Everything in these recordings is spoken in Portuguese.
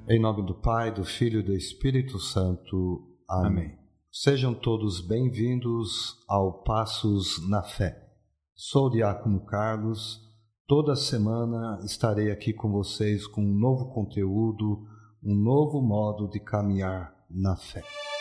Em nome do Pai, do Filho e do Espírito Santo. Amém. Sejam todos bem-vindos ao Passos na Fé. Sou o Diácono Carlos. Toda semana estarei aqui com vocês com um novo conteúdo, um novo modo de caminhar na fé.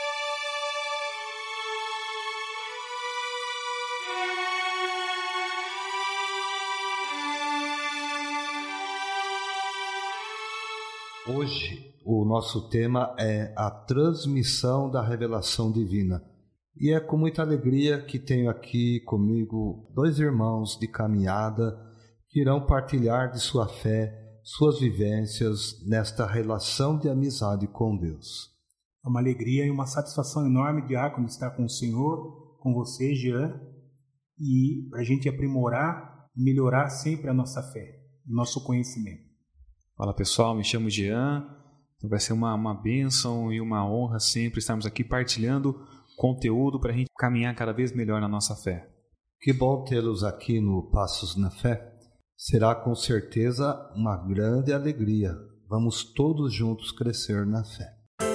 Hoje, o nosso tema é a transmissão da revelação divina. E é com muita alegria que tenho aqui comigo dois irmãos de caminhada que irão partilhar de sua fé, suas vivências nesta relação de amizade com Deus. É uma alegria e uma satisfação enorme, Diácono, estar com o Senhor, com você, Jean, e para a gente aprimorar e melhorar sempre a nossa fé, o nosso conhecimento. Fala pessoal, me chamo Jean, vai ser uma bênção e uma honra sempre estarmos aqui partilhando conteúdo para a gente caminhar cada vez melhor na nossa fé. Que bom tê-los aqui no Passos na Fé, será com certeza uma grande alegria, vamos todos juntos crescer na fé.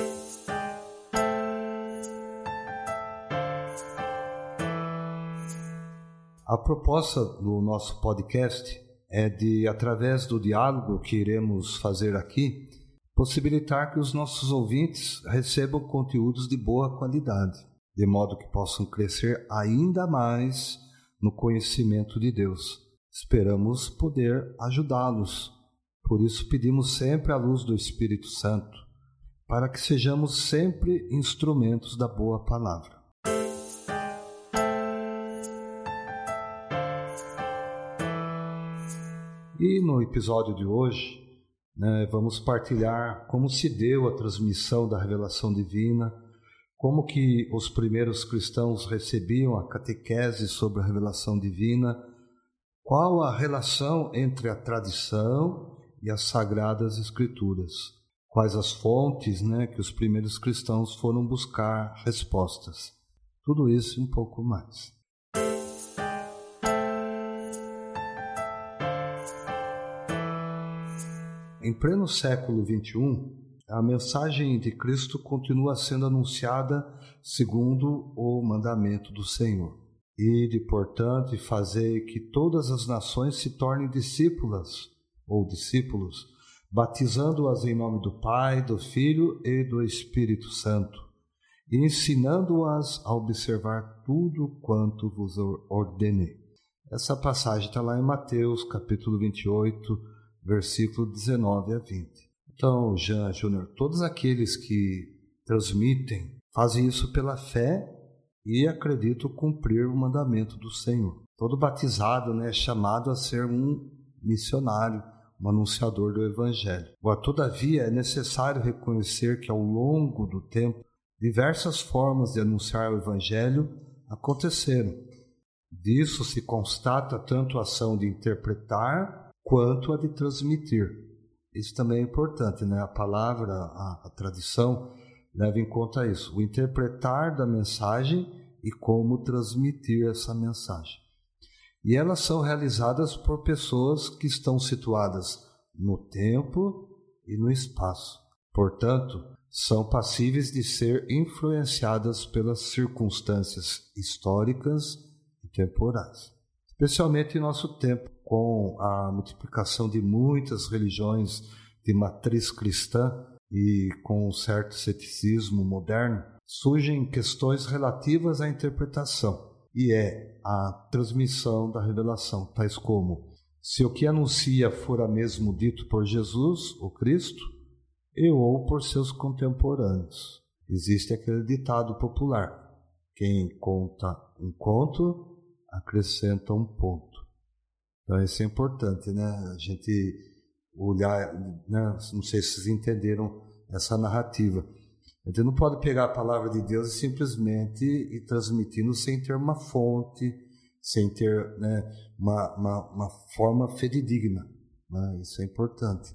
A proposta do nosso podcast é de, através do diálogo que iremos fazer aqui, possibilitar que os nossos ouvintes recebam conteúdos de boa qualidade, de modo que possam crescer ainda mais no conhecimento de Deus. Esperamos poder ajudá-los. Por isso pedimos sempre a luz do Espírito Santo, para que sejamos sempre instrumentos da boa palavra. E no episódio de hoje, vamos partilhar como se deu a transmissão da revelação divina, como que os primeiros cristãos recebiam a catequese sobre a revelação divina, qual a relação entre a tradição e as sagradas escrituras, quais as fontes que os primeiros cristãos foram buscar respostas. Tudo isso e um pouco mais. Em pleno século XXI, a mensagem de Cristo continua sendo anunciada segundo o mandamento do Senhor. Ide, portanto, e fazei que todas as nações se tornem discípulas ou discípulos, batizando-as em nome do Pai, do Filho e do Espírito Santo, e ensinando-as a observar tudo quanto vos ordenei. Essa passagem está lá em Mateus, capítulo 28, versículo 19 a 20. Então, Jean, Júnior, todos aqueles que transmitem fazem isso pela fé e acreditam cumprir o mandamento do Senhor. Todo batizado é chamado a ser um missionário, um anunciador do Evangelho. Agora, todavia, é necessário reconhecer que ao longo do tempo, diversas formas de anunciar o Evangelho aconteceram. Disso se constata tanto a ação de interpretar quanto a de transmitir. Isso também é importante, A palavra, a tradição leva em conta isso, o interpretar da mensagem e como transmitir essa mensagem. E elas são realizadas por pessoas que estão situadas no tempo e no espaço. Portanto, são passíveis de ser influenciadas pelas circunstâncias históricas e temporais. Especialmente em nosso tempo, com a multiplicação de muitas religiões de matriz cristã e com um certo ceticismo moderno, surgem questões relativas à interpretação, e é a transmissão da revelação, tais como: se o que anuncia fora mesmo dito por Jesus, o Cristo, e ou por seus contemporâneos. Existe aquele ditado popular: quem conta um conto acrescenta um ponto. Então isso é importante, A gente olhar, não sei se vocês entenderam essa narrativa. A gente não pode pegar a palavra de Deus e simplesmente ir transmitindo sem ter uma fonte, sem ter uma forma fidedigna. Isso é importante.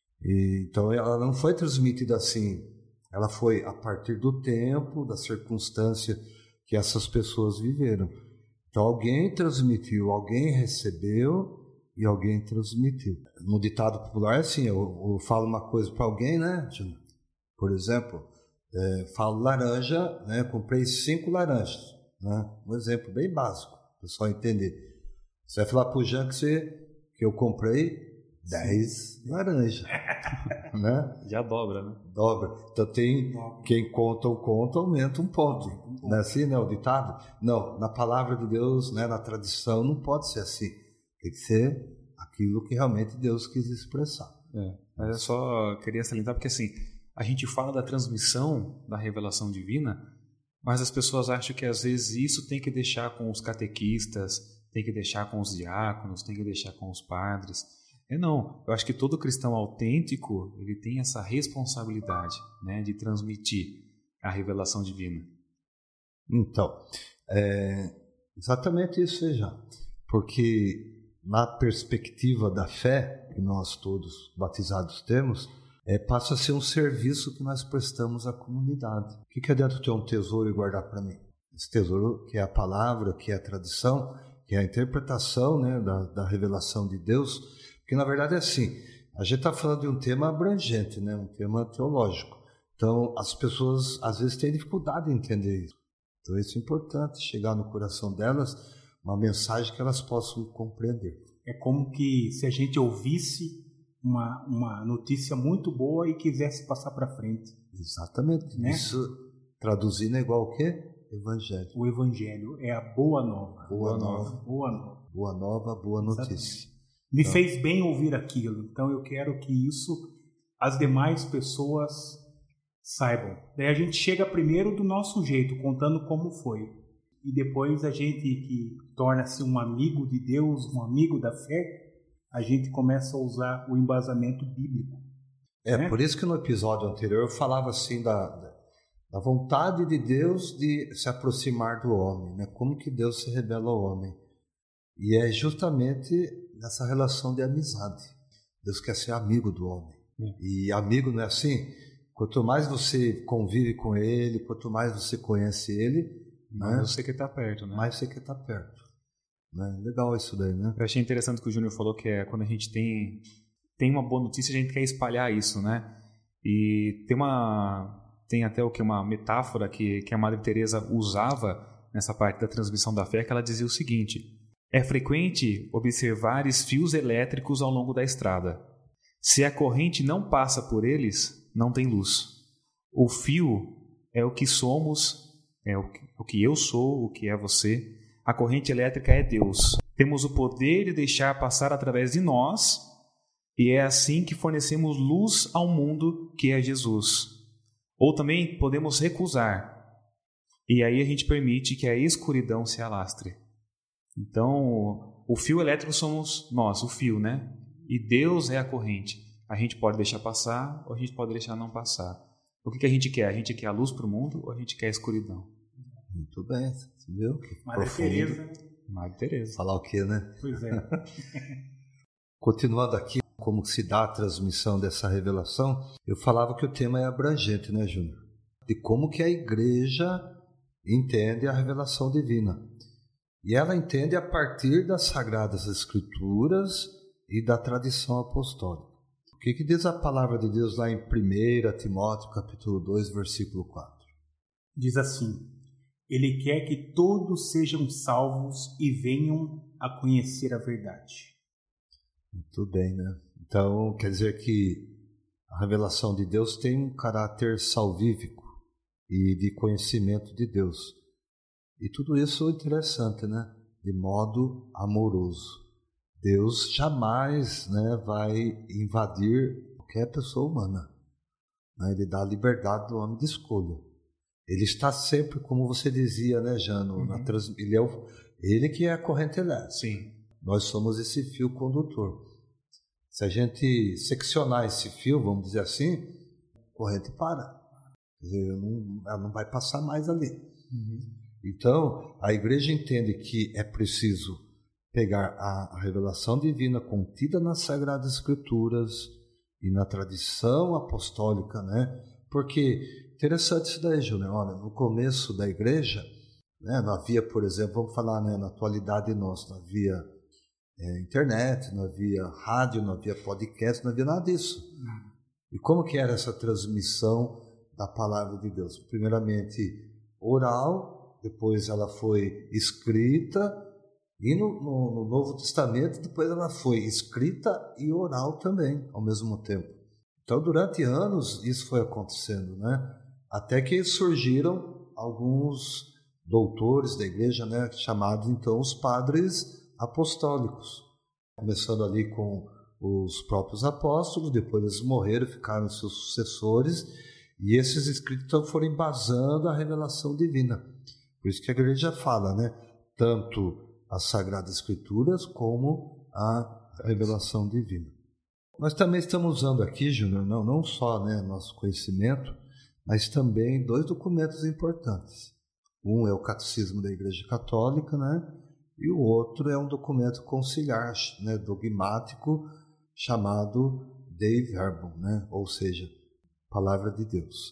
Então ela não foi transmitida assim, ela foi a partir do tempo, da circunstância que essas pessoas viveram. Então alguém transmitiu, alguém recebeu e alguém transmitiu. No ditado popular é assim, eu falo uma coisa para alguém, né? Por exemplo, falo laranja, né? Comprei 5 laranjas, né? Um exemplo bem básico, para o pessoal entender. Você vai falar para o Jean que eu comprei 10 laranjas, né? Já dobra, né? Dobra. Então tem quem conta o conto aumenta um ponto. Não é assim, né? O ditado? Não, na palavra de Deus, né? Na tradição, não pode ser assim. Tem que ser aquilo que realmente Deus quis expressar. Mas eu só queria salientar porque assim, a gente fala da transmissão da revelação divina, mas as pessoas acham que às vezes isso tem que deixar com os catequistas, tem que deixar com os diáconos, tem que deixar com os padres. Não, eu acho que todo cristão autêntico, ele tem essa responsabilidade, né, de transmitir a revelação divina. Então, exatamente isso, seja, porque na perspectiva da fé que nós todos batizados temos, passa a ser um serviço que nós prestamos à comunidade. O que adianta ter um tesouro e guardar para mim? Esse tesouro que é a palavra, que é a tradição, que é a interpretação, né, da revelação de Deus, porque na verdade é assim, a gente está falando de um tema abrangente, né, um tema teológico. Então as pessoas às vezes têm dificuldade em entender isso. Então isso é importante, chegar no coração delas uma mensagem que elas possam compreender. É como que se a gente ouvisse uma notícia muito boa e quisesse passar para frente. Exatamente. Né? Isso traduzindo é igual o quê? Evangelho. O Evangelho é a boa nova. Boa nova. Boa nova, boa notícia. Exatamente. Me fez bem ouvir aquilo. Então eu quero que isso as demais pessoas saibam. Daí a gente chega primeiro do nosso jeito, contando como foi. E depois a gente que torna-se um amigo de Deus, um amigo da fé, a gente começa a usar o embasamento bíblico. Né? Por isso que no episódio anterior eu falava assim da vontade de Deus de se aproximar do homem, né? Como que Deus se revela ao homem. E é justamente nessa relação de amizade. Deus quer ser amigo do homem. E amigo não é assim? Quanto mais você convive com ele, quanto mais você conhece ele, mais você quer estar perto, né? Mais você quer estar perto. Né? Legal isso daí, né? Eu achei interessante o que o Júnior falou, que quando a gente tem uma boa notícia, a gente quer espalhar isso, né? E tem até uma metáfora que a Madre Teresa usava nessa parte da transmissão da fé, que ela dizia o seguinte: é frequente observares fios elétricos ao longo da estrada. Se a corrente não passa por eles, não tem luz. O fio é o que somos, é o que eu sou, o que é você. A corrente elétrica é Deus. Temos o poder de deixar passar através de nós, e é assim que fornecemos luz ao mundo, que é Jesus. Ou também podemos recusar, e aí a gente permite que a escuridão se alastre. Então, o fio elétrico somos nós, o fio, né? E Deus é a corrente. A gente pode deixar passar, ou a gente pode deixar não passar. O que a gente quer? A gente quer a luz para o mundo, ou a gente quer a escuridão? Muito bem, você viu? Madre Teresa. Falar o quê, né? Pois é. Continuando aqui, como se dá a transmissão dessa revelação, eu falava que o tema é abrangente, né, Júnior? De como que a igreja entende a revelação divina. E ela entende a partir das Sagradas Escrituras e da tradição apostólica. O que diz a palavra de Deus lá em 1 Timóteo, capítulo 2, versículo 4? Diz assim: Ele quer que todos sejam salvos e venham a conhecer a verdade. Muito bem, né? Então, quer dizer que a revelação de Deus tem um caráter salvífico e de conhecimento de Deus. E tudo isso é interessante, né? De modo amoroso. Deus jamais, né, vai invadir qualquer pessoa humana. Né? Ele dá a liberdade do homem de escolha. Ele está sempre, como você dizia, né, Jano? Ele que é a corrente elétrica. Sim. Nós somos esse fio condutor. Se a gente seccionar esse fio, vamos dizer assim, a corrente para. Quer dizer, ela não vai passar mais ali. Então, a igreja entende que é preciso pegar a revelação divina contida nas Sagradas Escrituras e na tradição apostólica, né? Porque, interessante isso daí, Júnior, olha, no começo da igreja, né, não havia, por exemplo, vamos falar, né, na atualidade nossa, não havia internet, não havia rádio, não havia podcast, não havia nada disso. E como que era essa transmissão da palavra de Deus? Primeiramente oral, depois ela foi escrita, e no Novo Testamento depois ela foi escrita e oral também, ao mesmo tempo. Então durante anos isso foi acontecendo, né? Até que surgiram alguns doutores da igreja, né, chamados então os padres apostólicos, começando ali com os próprios apóstolos, depois eles morreram, ficaram seus sucessores, e esses escritos então foram embasando a revelação divina. Por isso que a igreja fala, né, tanto as Sagradas Escrituras como a revelação divina. Nós também estamos usando aqui, Júnior, não só, né, nosso conhecimento, mas também 2 documentos importantes. Um é o Catecismo da Igreja Católica, né? E o outro é um documento conciliar, né, dogmático, chamado Dei Verbum, né? Ou seja, Palavra de Deus.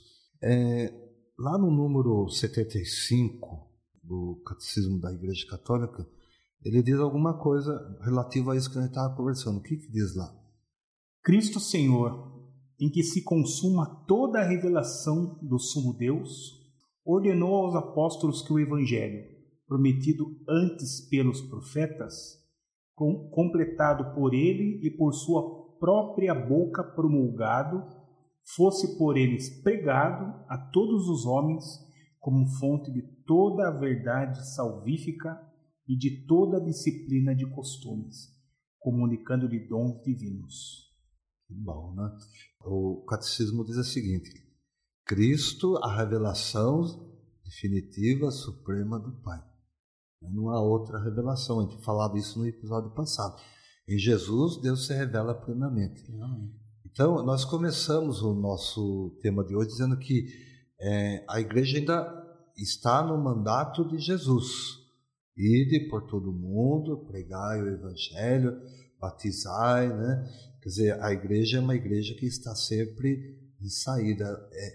Lá no número 75 do Catecismo da Igreja Católica, ele diz alguma coisa relativa a isso que a gente estava conversando. O que diz lá? Cristo Senhor, em que se consuma toda a revelação do sumo Deus, ordenou aos apóstolos que o Evangelho, prometido antes pelos profetas, completado por ele e por sua própria boca promulgado, fosse por eles pregado a todos os homens como fonte de toda a verdade salvífica e de toda a disciplina de costumes, comunicando-lhe dons divinos. Bom, né? O Catecismo diz o seguinte: Cristo, a revelação definitiva, suprema do Pai. Não há outra revelação, a gente falava isso no episódio passado. Em Jesus, Deus se revela plenamente. Amém. Então, nós começamos o nosso tema de hoje dizendo que a igreja ainda está no mandato de Jesus. Ide por todo mundo, pregai o Evangelho, batizai, né? Quer dizer, a igreja é uma igreja que está sempre em saída.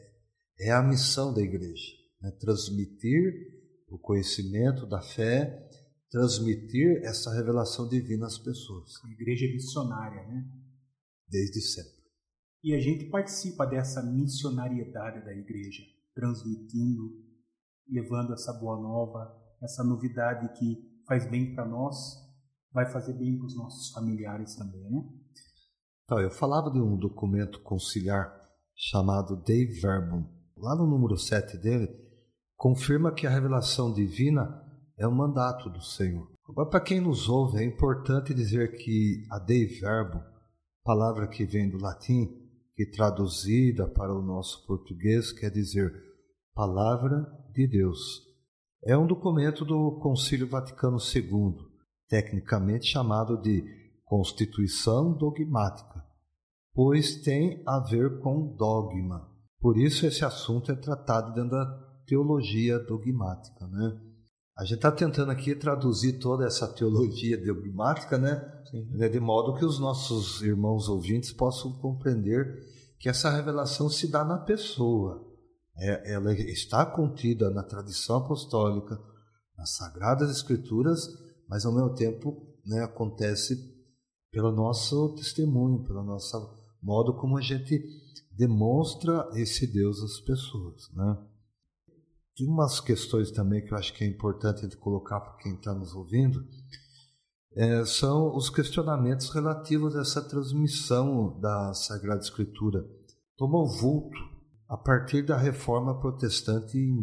É a missão da igreja, né? Transmitir o conhecimento da fé, transmitir essa revelação divina às pessoas. A igreja é missionária, né? Desde sempre. E a gente participa dessa missionariedade da igreja, transmitindo, levando essa boa nova, essa novidade que faz bem para nós, vai fazer bem para os nossos familiares também, né? Então, eu falava de um documento conciliar chamado Dei Verbum. Lá no número 7 dele, confirma que a revelação divina é um mandato do Senhor. Agora, para quem nos ouve, é importante dizer que a Dei Verbum, palavra que vem do latim, que traduzida para o nosso português quer dizer Palavra de Deus. É um documento do Concílio Vaticano II, tecnicamente chamado de Constituição Dogmática, pois tem a ver com dogma. Por isso esse assunto é tratado dentro da teologia dogmática, né? A gente está tentando aqui traduzir toda essa teologia dogmática, né? De modo que os nossos irmãos ouvintes possam compreender que essa revelação se dá na pessoa. Ela está contida na tradição apostólica, nas Sagradas Escrituras, mas ao mesmo tempo, né, acontece pelo nosso testemunho, pelo nosso modo como a gente demonstra esse Deus às pessoas, né? Tem umas questões também que eu acho que é importante a gente colocar para quem está nos ouvindo, são os questionamentos relativos a essa transmissão da Sagrada Escritura. Tomou vulto a partir da Reforma Protestante em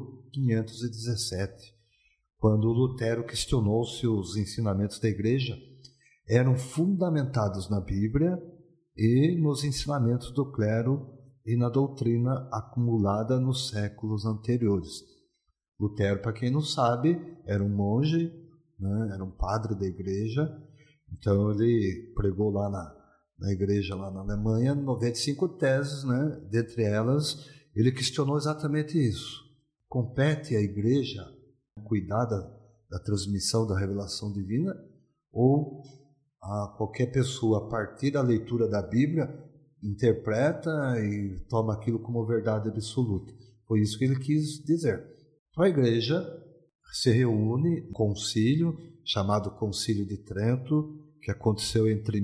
1517, quando Lutero questionou se os ensinamentos da Igreja eram fundamentados na Bíblia e nos ensinamentos do clero e na doutrina acumulada nos séculos anteriores. Lutero, para quem não sabe, era um monge, né? Era um padre da igreja, então ele pregou lá na igreja lá na Alemanha 95 teses, né? Dentre elas, ele questionou exatamente isso. Compete à igreja cuidar da transmissão da revelação divina ou a qualquer pessoa, a partir da leitura da Bíblia, interpreta e toma aquilo como verdade absoluta? Foi isso que ele quis dizer. Então a igreja se reúne, um concílio chamado Concílio de Trento, que aconteceu entre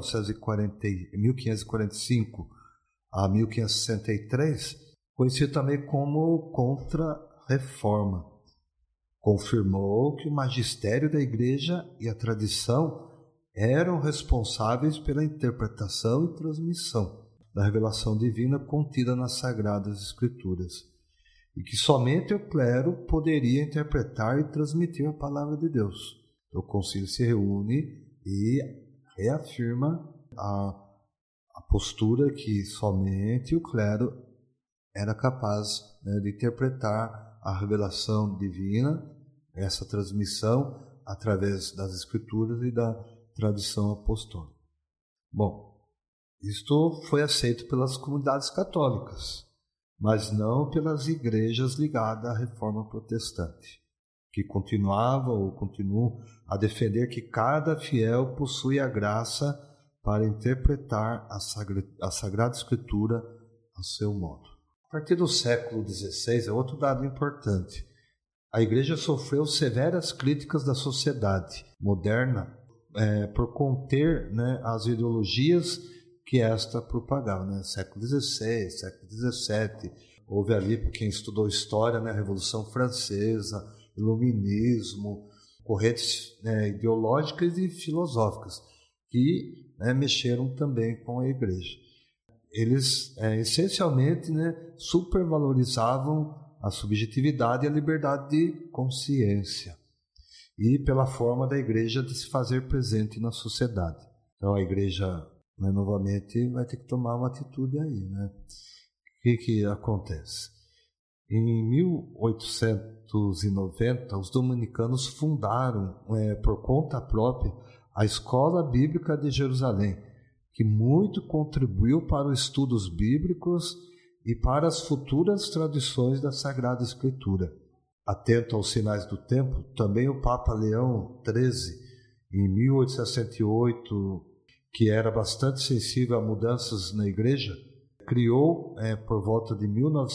1545 a 1563, conhecido também como Contra-Reforma. Confirmou que o magistério da Igreja e a tradição eram responsáveis pela interpretação e transmissão da revelação divina contida nas Sagradas Escrituras, e que somente o clero poderia interpretar e transmitir a palavra de Deus. O concílio se reúne e reafirma a postura que somente o clero era capaz, né, de interpretar a revelação divina, essa transmissão através das Escrituras e da tradição apostólica. Bom, isto foi aceito pelas comunidades católicas, mas não pelas igrejas ligadas à Reforma Protestante, que continuavam ou continuam a defender que cada fiel possui a graça para interpretar a Sagrada Escritura a seu modo. A partir do século XVI, é outro dado importante. A Igreja sofreu severas críticas da sociedade moderna por conter, né, as ideologias que esta propagava. Né? Século XVI, século XVII, houve ali, para quem estudou história, né, a Revolução Francesa, Iluminismo, correntes, né, ideológicas e filosóficas que, né, mexeram também com a Igreja. Eles essencialmente, né, supervalorizavam a subjetividade e a liberdade de consciência e pela forma da Igreja de se fazer presente na sociedade. Então a Igreja, né, novamente vai ter que tomar uma atitude aí, né? O que acontece? Em 1890, os dominicanos fundaram, por conta própria, a Escola Bíblica de Jerusalém, que muito contribuiu para os estudos bíblicos e para as futuras tradições da Sagrada Escritura. Atento aos sinais do tempo, também o Papa Leão XIII, em 1868, que era bastante sensível a mudanças na Igreja, criou, por volta de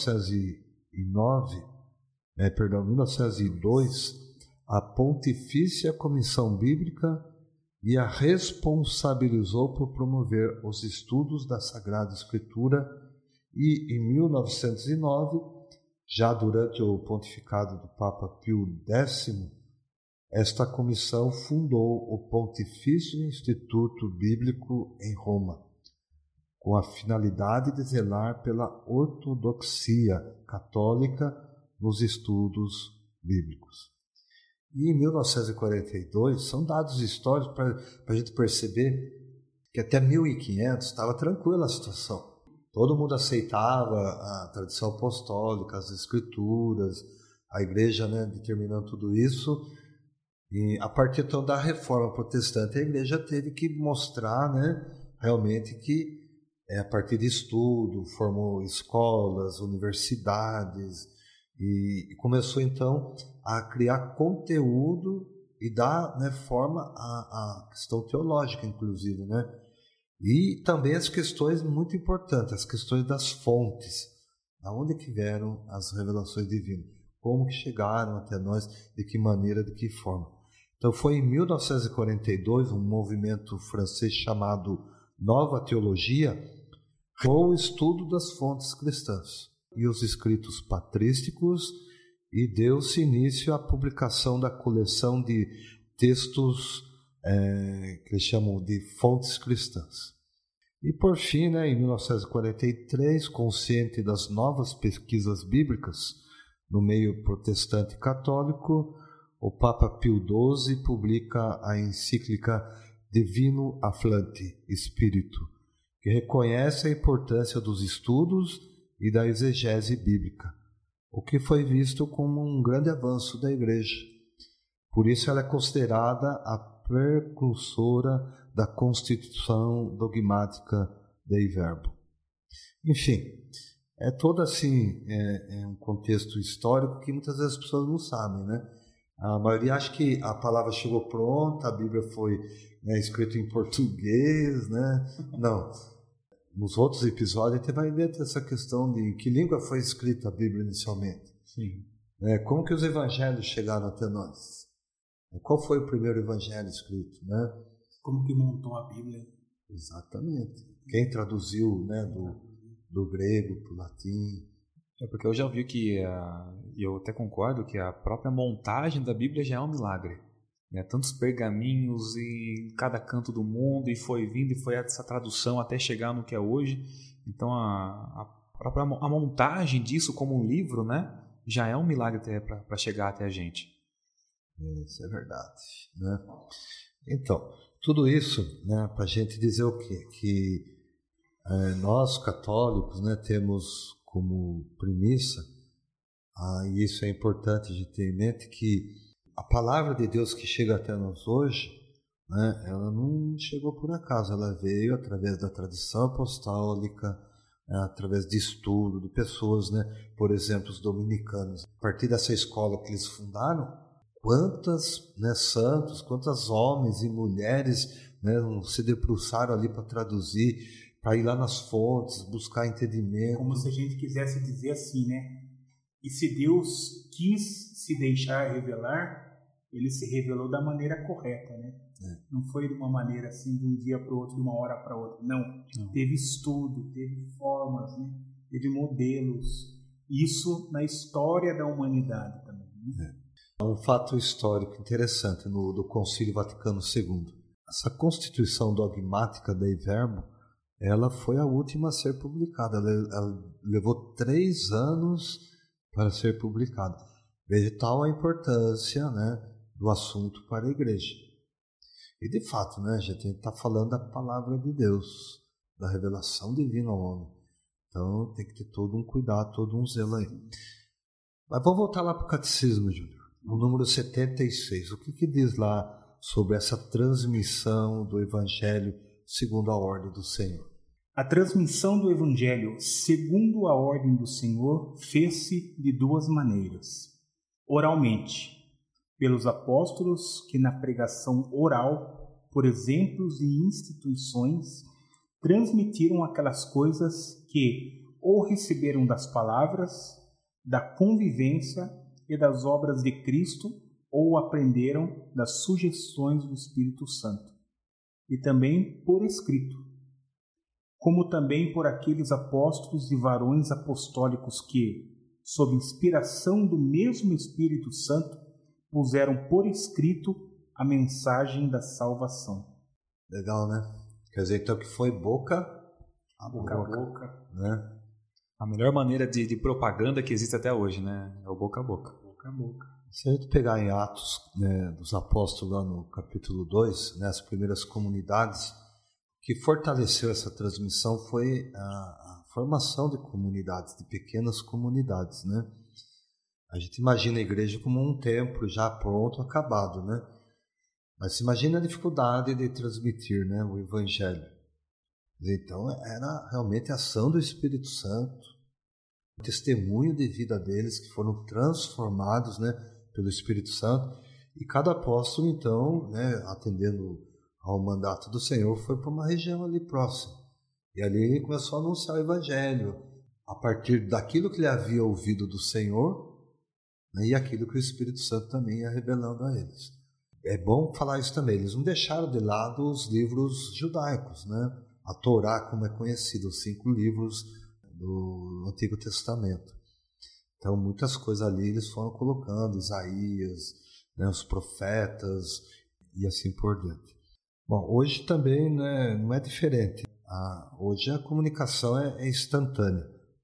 1902, a Pontifícia Comissão Bíblica e a responsabilizou por promover os estudos da Sagrada Escritura, e em 1909, já durante o pontificado do Papa Pio X, esta comissão fundou o Pontifício Instituto Bíblico em Roma, com a finalidade de zelar pela ortodoxia católica nos estudos bíblicos. E em 1942, são dados históricos para a gente perceber que até 1500 estava tranquila a situação. Todo mundo aceitava a tradição apostólica, as escrituras, a Igreja, né, determinando tudo isso. E a partir então da Reforma Protestante, a Igreja teve que mostrar, né, realmente que a partir de estudo, formou escolas, universidades, e começou então a criar conteúdo e dar, né, forma à questão teológica, inclusive, né? E também as questões muito importantes, as questões das fontes, de onde que vieram as revelações divinas, como que chegaram até nós, de que maneira, de que forma. Então foi em 1942 um movimento francês chamado Nova Teologia, com o estudo das fontes cristãs e os escritos patrísticos, e deu-se início à publicação da coleção de textos que eles chamam de fontes cristãs. E por fim, né, em 1943, consciente das novas pesquisas bíblicas no meio protestante católico, o Papa Pio XII publica a encíclica Divino Afflante Spiritu, que reconhece a importância dos estudos e da exegese bíblica, o que foi visto como um grande avanço da Igreja. Por isso ela é considerada a precursora da Constituição Dogmática Dei Verbo. Enfim, é todo assim, um contexto histórico que muitas vezes as pessoas não sabem, né? A maioria acha que a palavra chegou pronta, a Bíblia foi, né, escrita em português, né? Não. Nos outros episódios a gente vai ver essa questão de em que língua foi escrita a Bíblia inicialmente. Sim. Como que os evangelhos chegaram até nós? Qual foi o primeiro evangelho escrito, né? Como que montou a Bíblia. Exatamente. Quem traduziu, né, do grego para o latim. Porque eu já ouvi que, e eu até concordo, que a própria montagem da Bíblia já é um milagre. Né? Tantos pergaminhos em cada canto do mundo, e foi vindo, e foi essa tradução até chegar no que é hoje. Então a própria a montagem disso como um livro, né, já é um milagre para chegar até a gente. Isso é verdade. Né? Então, tudo isso, né, para a gente dizer o quê? Que nós, católicos, né, temos como premissa, e isso é importante de ter em mente, que a palavra de Deus que chega até nós hoje, né, ela não chegou por acaso, ela veio através da tradição apostólica, através de estudo, de pessoas, né, por exemplo, os dominicanos. A partir dessa escola que eles fundaram, quantas, né, santos, quantos homens e mulheres, né, se debruçaram ali para traduzir, para ir lá nas fontes, buscar entendimento. Como se a gente quisesse dizer assim, né? E se Deus quis se deixar revelar, ele se revelou da maneira correta, né? Não foi de uma maneira assim, de um dia para o outro, de uma hora para outra. Não. Teve estudo, teve formas, né? Teve modelos. Isso na história da humanidade também. Né? Um fato histórico interessante do Concílio Vaticano II. Essa Constituição dogmática Dei Verbum, ela foi a última a ser publicada. Ela levou 3 anos para ser publicada. Veja tal a importância, né, do assunto para a igreja. E de fato, né, a gente está falando da palavra de Deus, da revelação divina ao homem. Então tem que ter todo um cuidado, todo um zelo aí. Mas vamos voltar lá para o Catecismo, Júnior. No número 76. O que diz lá sobre essa transmissão do Evangelho segundo a ordem do Senhor? A transmissão do Evangelho segundo a ordem do Senhor fez-se de 2 maneiras. Oralmente, pelos apóstolos que na pregação oral, por exemplos e instituições, transmitiram aquelas coisas que ou receberam das palavras, da convivência e das obras de Cristo, ou aprenderam das sugestões do Espírito Santo, e também por escrito, como também por aqueles apóstolos e varões apostólicos que, sob inspiração do mesmo Espírito Santo, puseram por escrito a mensagem da salvação. Legal, né? Quer dizer, então, que foi boca a boca. Né? A melhor maneira de propaganda que existe até hoje, né? É o boca a boca. Boca a boca. Se a gente pegar em Atos, né, dos Apóstolos, lá no capítulo 2, né, as primeiras comunidades, que fortaleceu essa transmissão foi a formação de comunidades, de pequenas comunidades, né? A gente imagina a igreja como um templo já pronto, acabado, né? Mas se imagina a dificuldade de transmitir, né, o Evangelho. Então era realmente a ação do Espírito Santo, o testemunho de vida deles que foram transformados, né, pelo Espírito Santo. E cada apóstolo, então, né, atendendo ao mandato do Senhor, foi para uma região ali próxima. E ali começou a anunciar o Evangelho, a partir daquilo que ele havia ouvido do Senhor, né, e aquilo que o Espírito Santo também ia revelando a eles. É bom falar isso também, eles não deixaram de lado os livros judaicos, né? A Torá, como é conhecido, os 5 livros do Antigo Testamento. Então, muitas coisas ali eles foram colocando, Isaías, né, os profetas e assim por diante. Bom, hoje também, né, não é diferente. Hoje a comunicação é instantânea.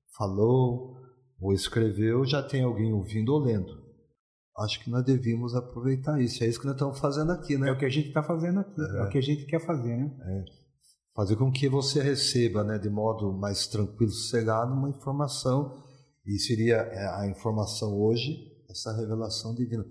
Falou ou escreveu, já tem alguém ouvindo ou lendo. Acho que nós devíamos aproveitar isso. É isso que nós estamos fazendo aqui, né? É o que a gente está fazendo aqui. É o que a gente quer fazer, né? Fazer com que você receba, né, de modo mais tranquilo, sossegado, uma informação. E seria a informação hoje, essa revelação divina.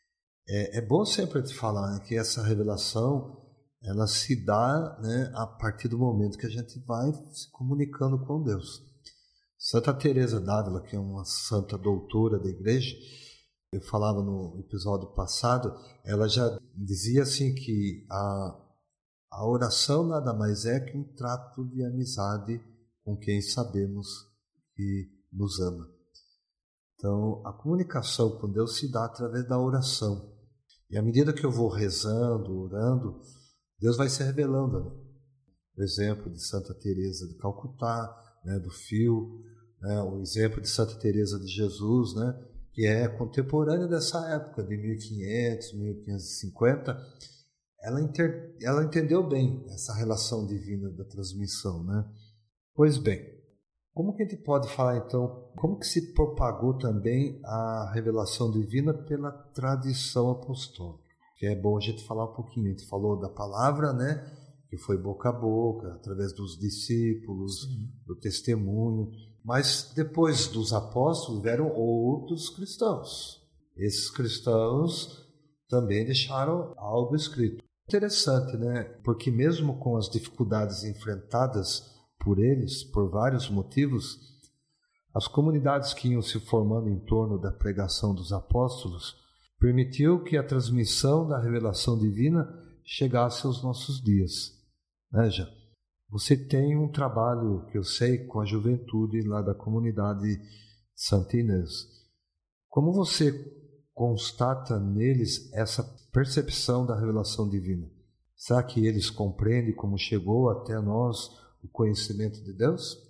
É bom sempre te falar, né, que essa revelação ela se dá, né, a partir do momento que a gente vai se comunicando com Deus. Santa Teresa d'Ávila, que é uma santa doutora da igreja, eu falava no episódio passado, ela já dizia assim que a oração nada mais é que um trato de amizade com quem sabemos que nos ama. Então, a comunicação com Deus se dá através da oração. E à medida que eu vou rezando, orando, Deus vai se revelando, né? O exemplo de Santa Teresa de Calcutá, né, do fio, né, o exemplo de Santa Teresa de Jesus, né, que é contemporânea dessa época, de 1500, 1550, ela entendeu bem essa relação divina da transmissão, né? Pois bem, como que a gente pode falar então, como que se propagou também a revelação divina pela tradição apostólica? Que é bom a gente falar um pouquinho. A gente falou da palavra, né? Que foi boca a boca, através dos discípulos, do testemunho. Mas depois dos apóstolos vieram outros cristãos. Esses cristãos também deixaram algo escrito. Interessante, né? Porque mesmo com as dificuldades enfrentadas por eles, por vários motivos, as comunidades que iam se formando em torno da pregação dos apóstolos permitiu que a transmissão da revelação divina chegasse aos nossos dias. Veja, você tem um trabalho que eu sei com a juventude lá da comunidade Santa Inês. Como você constata neles essa percepção da revelação divina? Será que eles compreendem como chegou até nós o conhecimento de Deus?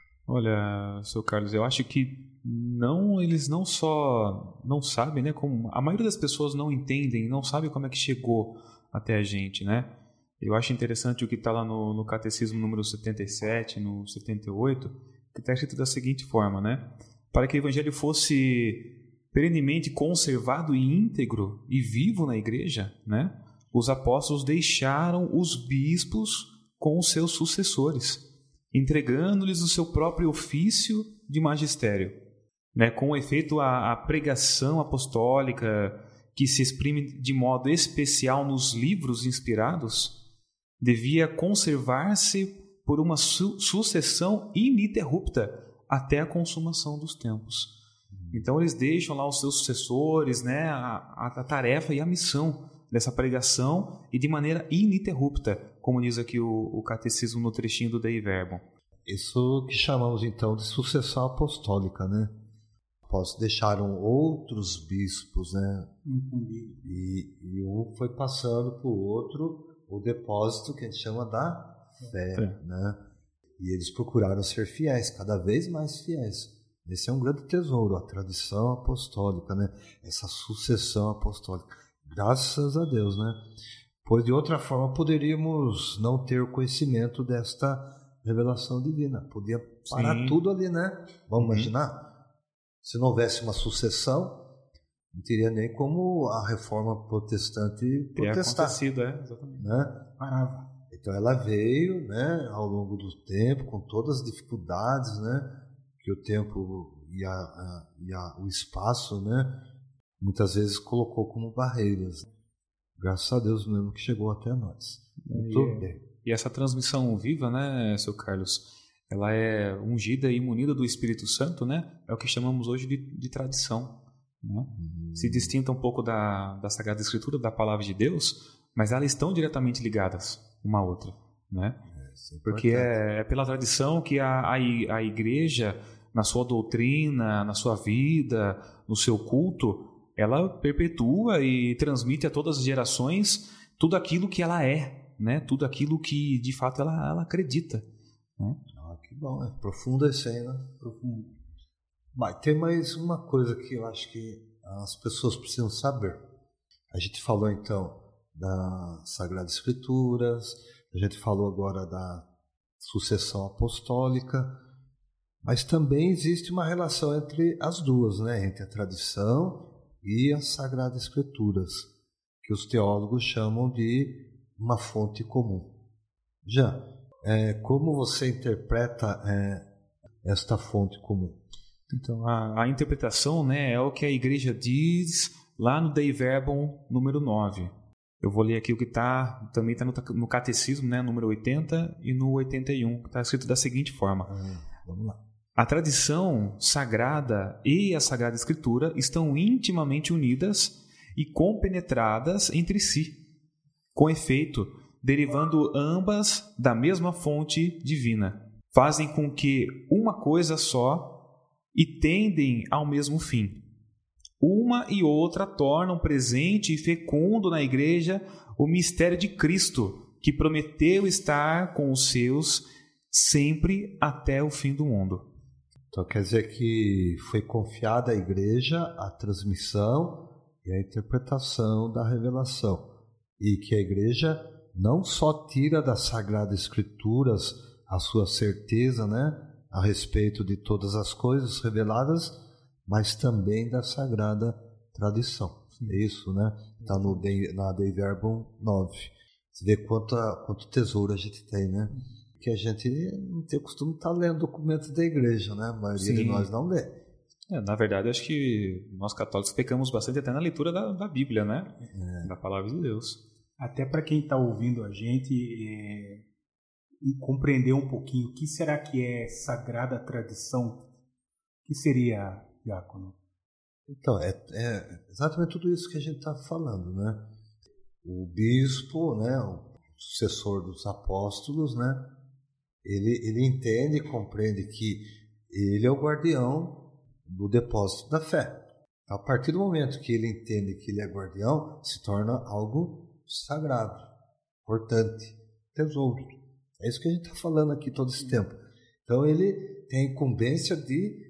Olha, seu Carlos, eu acho que eles não só não sabem, né, como a maioria das pessoas não entendem, não sabe como é que chegou até a gente, né? Eu acho interessante o que está lá no Catecismo número 77, no 78, que está escrito da seguinte forma, né? Para que o Evangelho fosse perenemente conservado e íntegro e vivo na igreja, né? Os apóstolos deixaram os bispos com os seus sucessores, entregando-lhes o seu próprio ofício de magistério. Né? Com efeito, a pregação apostólica, que se exprime de modo especial nos livros inspirados, devia conservar-se por uma sucessão ininterrupta até a consumação dos tempos. Então eles deixam lá os seus sucessores, né, a tarefa e a missão dessa pregação e de maneira ininterrupta, como diz aqui o Catecismo no trechinho do Dei Verbum. Isso que chamamos então de sucessão apostólica, né? Após deixaram outros bispos, né? E um foi passando para o outro o depósito que a gente chama da fé, né? E eles procuraram ser fiéis, cada vez mais fiéis. Esse é um grande tesouro, a tradição apostólica, né? Essa sucessão apostólica. Graças a Deus, né? Pois de outra forma poderíamos não ter o conhecimento desta revelação divina. Podia parar tudo ali, né? Vamos imaginar? Se não houvesse uma sucessão, não teria nem como a reforma protestante protestar. Acontecido, exatamente. Né? Parava. Então ela veio, né, ao longo do tempo, com todas as dificuldades, né, que o tempo e o espaço, né, muitas vezes colocou como barreiras. Graças a Deus mesmo que chegou até nós. Muito bem. E essa transmissão viva, né, seu Carlos, ela é ungida e munida do Espírito Santo, né? É o que chamamos hoje de tradição. Né? Se distinta um pouco da Sagrada Escritura, da Palavra de Deus, mas elas estão diretamente ligadas uma à outra. Né? Porque é pela tradição que a Igreja, na sua doutrina, na sua vida, no seu culto, ela perpetua e transmite a todas as gerações tudo aquilo que ela é, né? Tudo aquilo que de fato ela acredita. Né? Que bom, é profunda isso aí, né? Profundo. Mas tem mais uma coisa que eu acho que as pessoas precisam saber. A gente falou então das Sagradas Escrituras, a gente falou agora da sucessão apostólica, mas também existe uma relação entre as duas, né? Entre a tradição e as Sagradas Escrituras, que os teólogos chamam de uma fonte comum. Já, como você interpreta esta fonte comum? Então, a interpretação, né, é o que a Igreja diz lá no Dei Verbum número 9. Eu vou ler aqui o que também está no Catecismo, né, número 80 e no 81, que está escrito da seguinte forma. Vamos lá. A tradição sagrada e a Sagrada Escritura estão intimamente unidas e compenetradas entre si, com efeito, derivando ambas da mesma fonte divina. Fazem com que uma coisa só e tendem ao mesmo fim. Uma e outra tornam presente e fecundo na Igreja o mistério de Cristo, que prometeu estar com os seus sempre até o fim do mundo. Então quer dizer que foi confiada à igreja a transmissão e a interpretação da revelação, e que a igreja não só tira das Sagradas Escrituras a sua certeza, né, a respeito de todas as coisas reveladas, mas também da Sagrada Tradição. É isso, né? Está na Dei Verbum 9. Você vê quanto tesouro a gente tem, né? Que a gente não tem o costume de estar lendo documentos da igreja, né? A maioria de nós não lê. Na verdade, acho que nós católicos pecamos bastante até na leitura da Bíblia, né? Da Palavra de Deus. Até para quem está ouvindo a gente compreender um pouquinho o que será que é Sagrada Tradição, o que seria, Diácono? Então, é exatamente tudo isso que a gente está falando, né? O bispo, né, o sucessor dos apóstolos, né, ele entende e compreende que ele é o guardião do depósito da fé. A partir do momento que ele entende que ele é guardião, se torna algo sagrado, importante, tesouro. É isso que a gente está falando aqui todo esse tempo. Então ele tem a incumbência de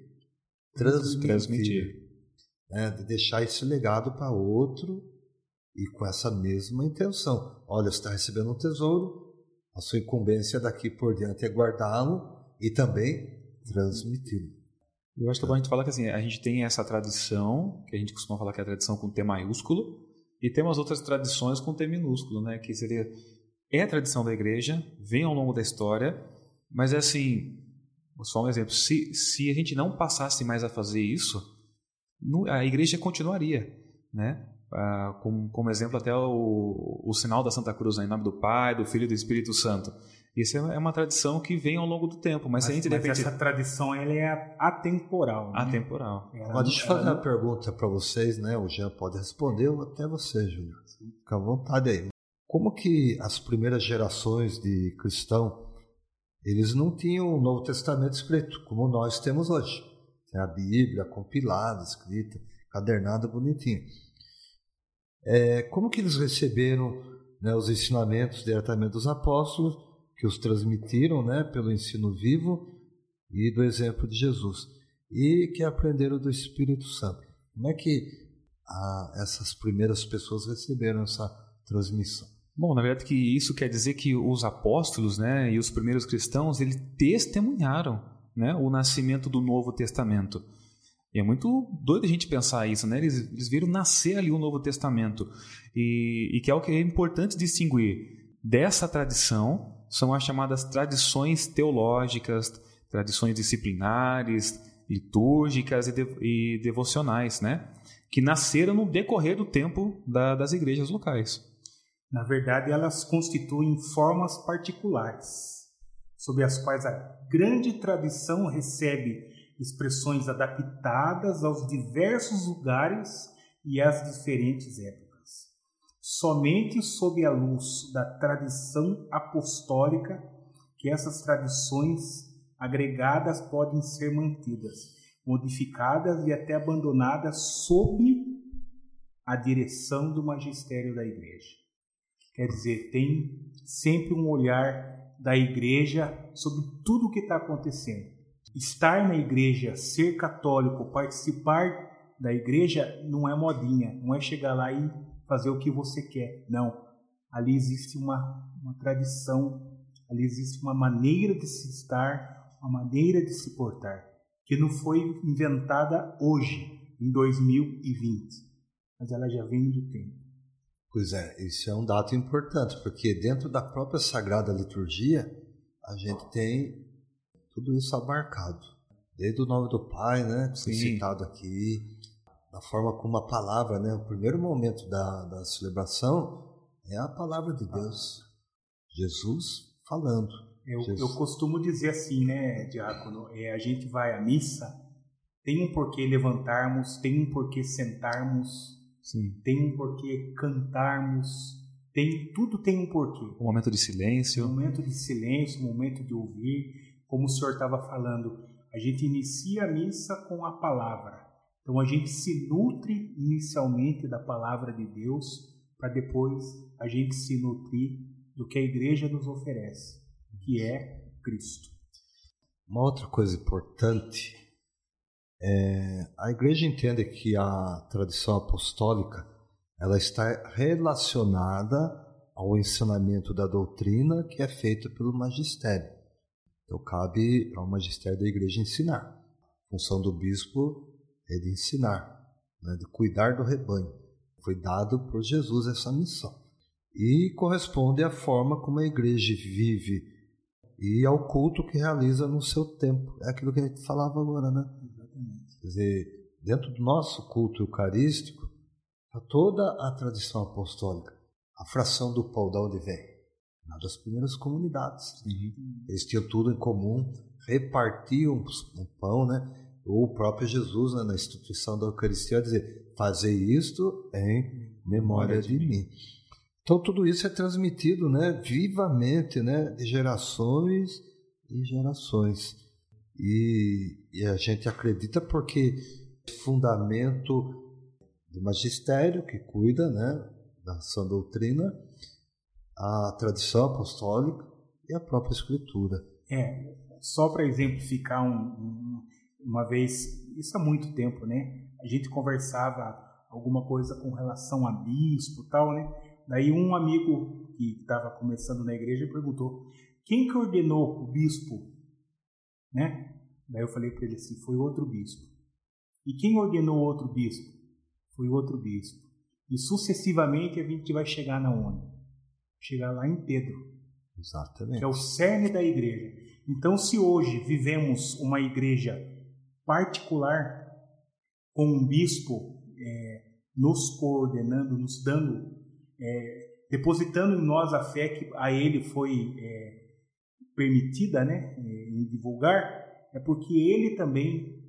transmitir. Né, de deixar esse legado para outro e com essa mesma intenção. Olha, você está recebendo um tesouro, a sua incumbência daqui por diante é guardá-lo e também transmiti-lo. Eu acho que é bom a gente falar que assim, a gente tem essa tradição, que a gente costuma falar que é a tradição com T maiúsculo, e temos outras tradições com T minúsculo, né, que é a tradição da igreja, vem ao longo da história, mas é assim, só um exemplo, se a gente não passasse mais a fazer isso, a igreja continuaria, né? Como exemplo até o sinal da Santa Cruz, né? Em nome do Pai, do Filho e do Espírito Santo. Isso é uma tradição que vem ao longo do tempo, mas se a gente essa tradição ela é atemporal, né? Atemporal. Mas deixa eu fazer uma pergunta para vocês, né? O Jean pode responder ou até você, Júlio. Fica à vontade aí. Como que as primeiras gerações de cristão, eles não tinham o Novo Testamento escrito, como nós temos hoje? Tem a Bíblia compilada, escrita, cadernada, bonitinha. Como que eles receberam, né, os ensinamentos diretamente dos apóstolos, que os transmitiram, né, pelo ensino vivo e do exemplo de Jesus, e que aprenderam do Espírito Santo? Como é que essas primeiras pessoas receberam essa transmissão? Bom, na verdade que isso quer dizer que os apóstolos, né, e os primeiros cristãos, eles testemunharam, né, o nascimento do Novo Testamento. E é muito doido a gente pensar isso, né? Eles viram nascer ali o Novo Testamento. E que é o que é importante distinguir dessa tradição, são as chamadas tradições teológicas, tradições disciplinares, litúrgicas e devocionais, né? Que nasceram no decorrer do tempo das igrejas locais. Na verdade, elas constituem formas particulares, sob as quais a grande tradição recebe expressões adaptadas aos diversos lugares e às diferentes épocas. Somente sob a luz da tradição apostólica que essas tradições agregadas podem ser mantidas, modificadas e até abandonadas sob a direção do magistério da Igreja. Quer dizer, tem sempre um olhar da igreja sobre tudo o que está acontecendo. Estar na igreja, ser católico, participar da igreja não é modinha, não é chegar lá e fazer o que você quer. Não. Ali existe uma tradição, ali existe uma maneira de se estar, uma maneira de se portar, que não foi inventada hoje, em 2020, mas ela já vem do tempo. Pois é, isso é um dado importante, porque dentro da própria Sagrada Liturgia, a gente tem tudo isso abarcado. Desde o nome do Pai, né, que foi citado aqui, da forma como a palavra, né, o primeiro momento da celebração é a palavra de Deus, Jesus falando. Eu costumo dizer assim, né, Diácono, a gente vai à missa, tem um porquê levantarmos, tem um porquê sentarmos, sim, tem um porquê cantarmos, tudo tem um porquê. Um momento de silêncio. Um momento de silêncio, um momento de ouvir, como o senhor estava falando, a gente inicia a missa com a palavra. Então a gente se nutre inicialmente da palavra de Deus, para depois a gente se nutrir do que a igreja nos oferece, que é Cristo. Uma outra coisa importante a igreja entende que a tradição apostólica ela está relacionada ao ensinamento da doutrina que é feito pelo magistério. Então cabe ao magistério da igreja ensinar. A função do bispo é de ensinar, né, de cuidar do rebanho. Foi dado por Jesus essa missão. E corresponde à forma como a igreja vive e ao culto que realiza no seu tempo. É aquilo que a gente falava agora, né? Quer dizer, dentro do nosso culto eucarístico, toda a tradição apostólica, a fração do pão, de onde vem? Das primeiras comunidades. Eles tinham tudo em comum, repartiam o pão, né? O próprio Jesus, né, na instituição da Eucaristia, dizer, fazei isto em memória de mim. Então tudo isso é transmitido, né, vivamente, né, de gerações e gerações. E a gente acredita porque é fundamento do magistério que cuida, né, da sã doutrina, a tradição apostólica e a própria Escritura. Só para exemplificar uma vez, isso há muito tempo, né? A gente conversava alguma coisa com relação a bispo e tal, né? Daí um amigo que estava começando na igreja perguntou, quem que ordenou o bispo? Né? Daí eu falei para ele assim, foi outro bispo. E quem ordenou outro bispo? Foi outro bispo. E sucessivamente a gente vai chegar na onde? Chegar lá em Pedro. Exatamente. Que é o cerne da igreja. Então, se hoje vivemos uma igreja particular, com um bispo nos coordenando, nos dando, depositando em nós a fé que a ele foi permitida, né, em divulgar, é porque ele também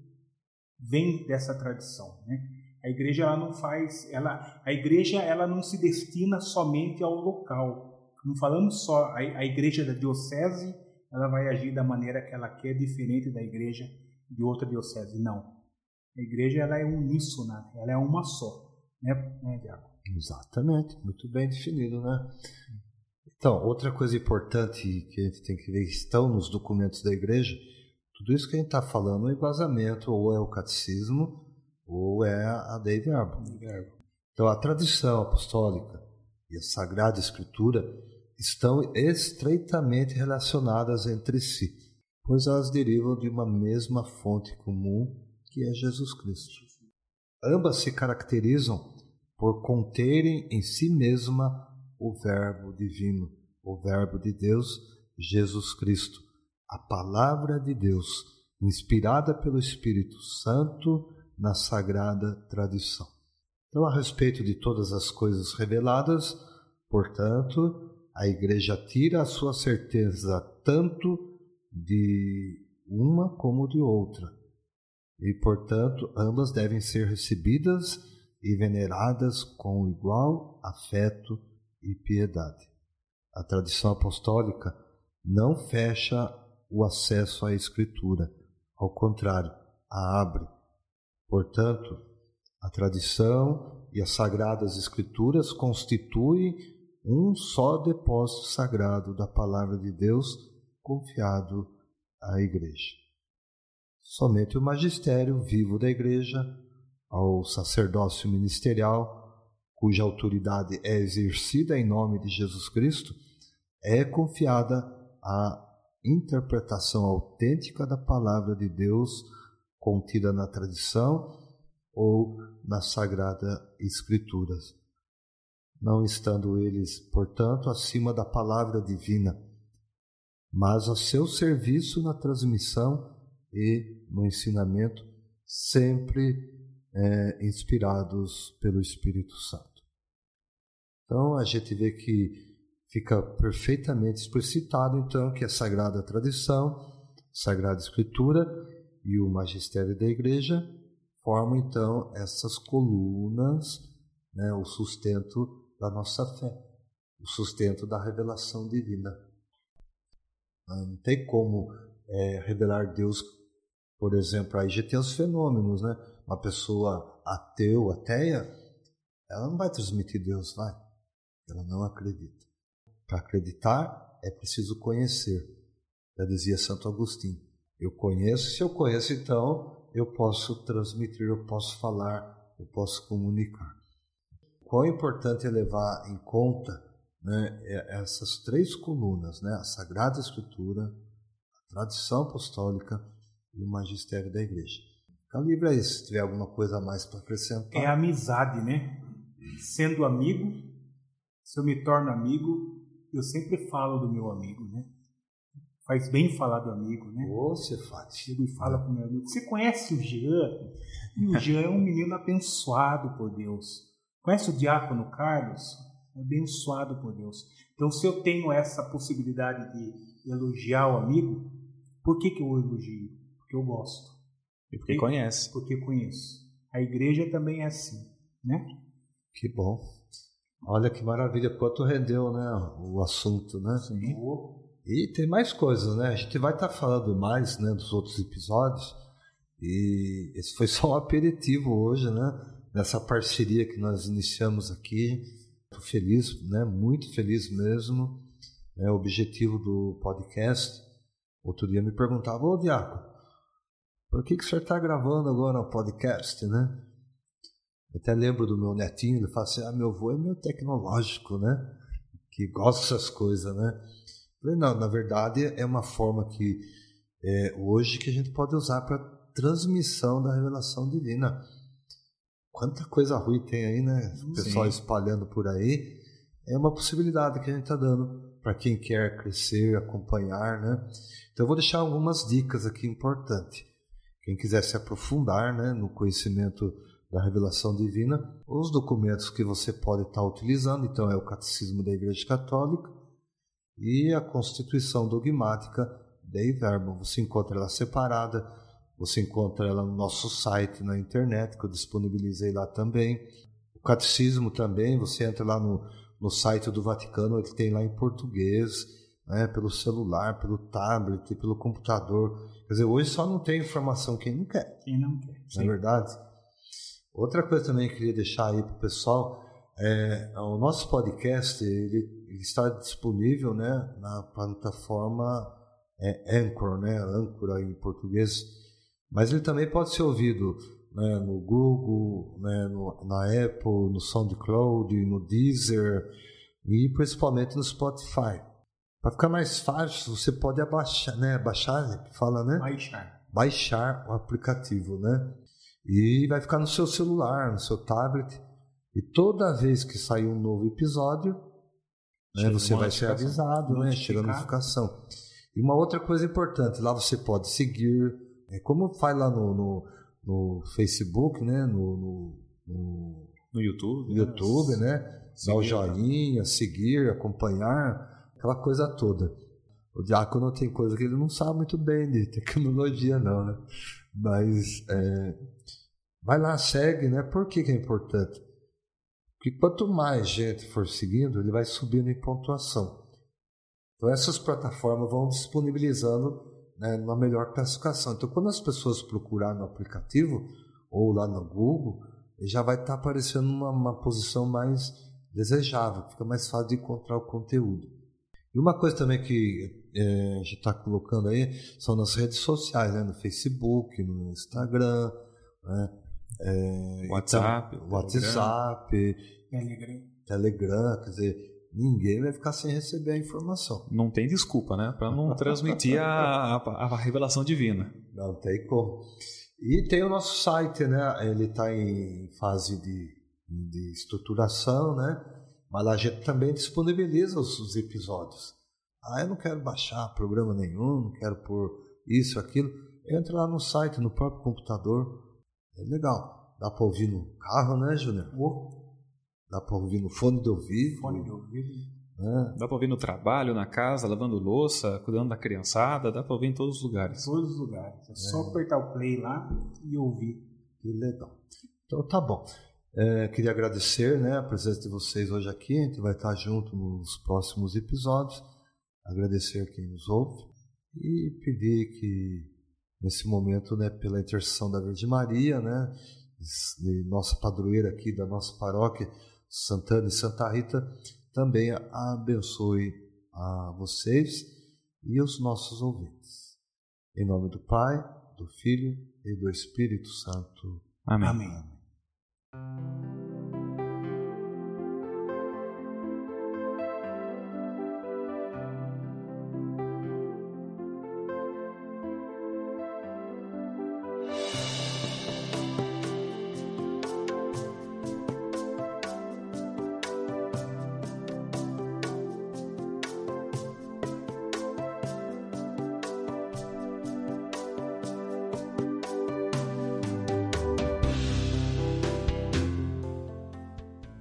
vem dessa tradição, né? A igreja ela não faz, a igreja ela não se destina somente ao local. Não falamos só a igreja da diocese, ela vai agir da maneira que ela quer, diferente da igreja de outra diocese. Não. A igreja ela é uníssona, ela é uma só, né, Diaco? Exatamente, muito bem definido, né? Então, outra coisa importante que a gente tem que ver que estão nos documentos da igreja, tudo isso que a gente está falando é embasamento, ou é o catecismo, ou é a Dei Verbum. Então, a tradição apostólica e a Sagrada Escritura estão estreitamente relacionadas entre si, pois elas derivam de uma mesma fonte comum, que é Jesus Cristo. Ambas se caracterizam por conterem em si mesma o Verbo divino, o Verbo de Deus, Jesus Cristo, a Palavra de Deus, inspirada pelo Espírito Santo na Sagrada Tradição. Então, a respeito de todas as coisas reveladas, portanto, a Igreja tira a sua certeza tanto de uma como de outra, e, portanto, ambas devem ser recebidas e veneradas com igual afeto e piedade. A tradição apostólica não fecha o acesso à Escritura, ao contrário, a abre. Portanto, a tradição e as Sagradas Escrituras constituem um só depósito sagrado da Palavra de Deus confiado à Igreja. Somente o magistério vivo da Igreja, ao sacerdócio ministerial, cuja autoridade é exercida em nome de Jesus Cristo, é confiada a interpretação autêntica da Palavra de Deus contida na tradição ou nas Sagradas Escrituras, não estando eles, portanto, acima da Palavra divina, mas a seu serviço na transmissão e no ensinamento, sempre inspirados pelo Espírito Santo. Então, a gente vê que fica perfeitamente explicitado, então, que a Sagrada Tradição, a Sagrada Escritura e o Magistério da Igreja formam, então, essas colunas, né, o sustento da nossa fé, o sustento da revelação divina. Não tem como revelar Deus, por exemplo, aí já tem os fenômenos, né? Uma pessoa ateia, ela não vai transmitir Deus, vai. Ela não acredita. Para acreditar é preciso conhecer. Já dizia Santo Agostinho. Eu conheço, se eu conheço, então eu posso transmitir, eu posso falar, eu posso comunicar. Quão importante é levar em conta, né, essas 3 colunas, né, a Sagrada Escritura, a tradição apostólica e o magistério da Igreja. Fica livre aí, se tiver alguma coisa a mais para acrescentar. É a amizade, né? Sendo amigo, se eu me torno amigo, eu sempre falo do meu amigo, né? Faz bem falar do amigo, né? Você faz. Chego e fala com o meu amigo. Você conhece o Jean? E o Jean é um menino abençoado por Deus. Conhece o diácono Carlos? Abençoado por Deus. Então, se eu tenho essa possibilidade de elogiar o amigo, por que eu elogio? Porque eu gosto. E porque conhece. Porque conheço. A igreja também é assim, né? Que bom. Olha que maravilha, quanto rendeu, né, o assunto, né? Sim. E tem mais coisas, né? A gente vai estar falando mais, né, dos outros episódios. E esse foi só um aperitivo hoje, né? Nessa parceria que nós iniciamos aqui. Estou feliz, né? Muito feliz mesmo. O objetivo do podcast. Outro dia me perguntava, ô Diácono, por que o senhor está gravando agora um podcast, né? Eu até lembro do meu netinho, ele fala assim, meu avô é meio tecnológico, né? Que gosta dessas coisas, né? Eu falei, não, na verdade é uma forma que hoje que a gente pode usar para transmissão da revelação divina. Quanta coisa ruim tem aí, né? O pessoal espalhando por aí. É uma possibilidade que a gente está dando para quem quer crescer, acompanhar, né? Então eu vou deixar algumas dicas aqui importantes. Quem quiser se aprofundar, né, no conhecimento da revelação divina, os documentos que você pode estar utilizando, então é o Catecismo da Igreja Católica e a Constituição Dogmática Dei Verbum. Você encontra ela separada, você encontra ela no nosso site na internet, que eu disponibilizei lá também. O Catecismo também, você entra lá no site do Vaticano, ele tem lá em português, né, pelo celular, pelo tablet, pelo computador. Quer dizer, hoje só não tem informação quem não quer. Quem não quer. Não é verdade? Outra coisa também que eu queria deixar aí para o pessoal, o nosso podcast ele está disponível, né, na plataforma Anchor, né, Âncora em português, mas ele também pode ser ouvido, né, no Google, né, na Apple, no SoundCloud, no Deezer e principalmente no Spotify. Para ficar mais fácil, você pode baixar o aplicativo, né? E vai ficar no seu celular, no seu tablet. E toda vez que sair um novo episódio, né, você vai ser avisado, né? Chega a notificação. E uma outra coisa importante, lá você pode seguir, como faz lá no Facebook, né? No YouTube, né? Dar o joinha, seguir, acompanhar, aquela coisa toda. O diácono tem coisa que ele não sabe muito bem de tecnologia, não, né? Mas vai lá, segue, né? Por que é importante? Porque quanto mais gente for seguindo, ele vai subindo em pontuação. Então essas plataformas vão disponibilizando, né, uma melhor classificação. Então quando as pessoas procurarem no aplicativo ou lá no Google, já vai estar aparecendo uma posição mais desejável, fica mais fácil de encontrar o conteúdo. E uma coisa também que a gente está colocando aí são nas redes sociais, né? No Facebook, no Instagram, né? WhatsApp, Telegram, quer dizer, ninguém vai ficar sem receber a informação. Não tem desculpa, né? Para não transmitir a revelação divina. Não tem como. E tem o nosso site, né? Ele está em fase de estruturação, né? Mas a gente também disponibiliza os episódios. Eu não quero baixar programa nenhum, não quero pôr isso, aquilo. Entra lá no site, no próprio computador. É legal. Dá para ouvir no carro, né, Júnior? Dá para ouvir no fone de ouvido. Né? Dá para ouvir no trabalho, na casa, lavando louça, cuidando da criançada. Dá para ouvir em todos os lugares. Todos os lugares. É só apertar o play lá e ouvir. Que legal. Então tá bom. Queria agradecer, né, a presença de vocês hoje aqui. A gente vai estar junto nos próximos episódios. Agradecer quem nos ouve e pedir que nesse momento, né, pela intercessão da Virgem Maria, né, de nossa padroeira aqui da nossa paróquia Santana e Santa Rita, também abençoe a vocês e os nossos ouvintes. Em nome do Pai, do Filho e do Espírito Santo. Amém. Amém.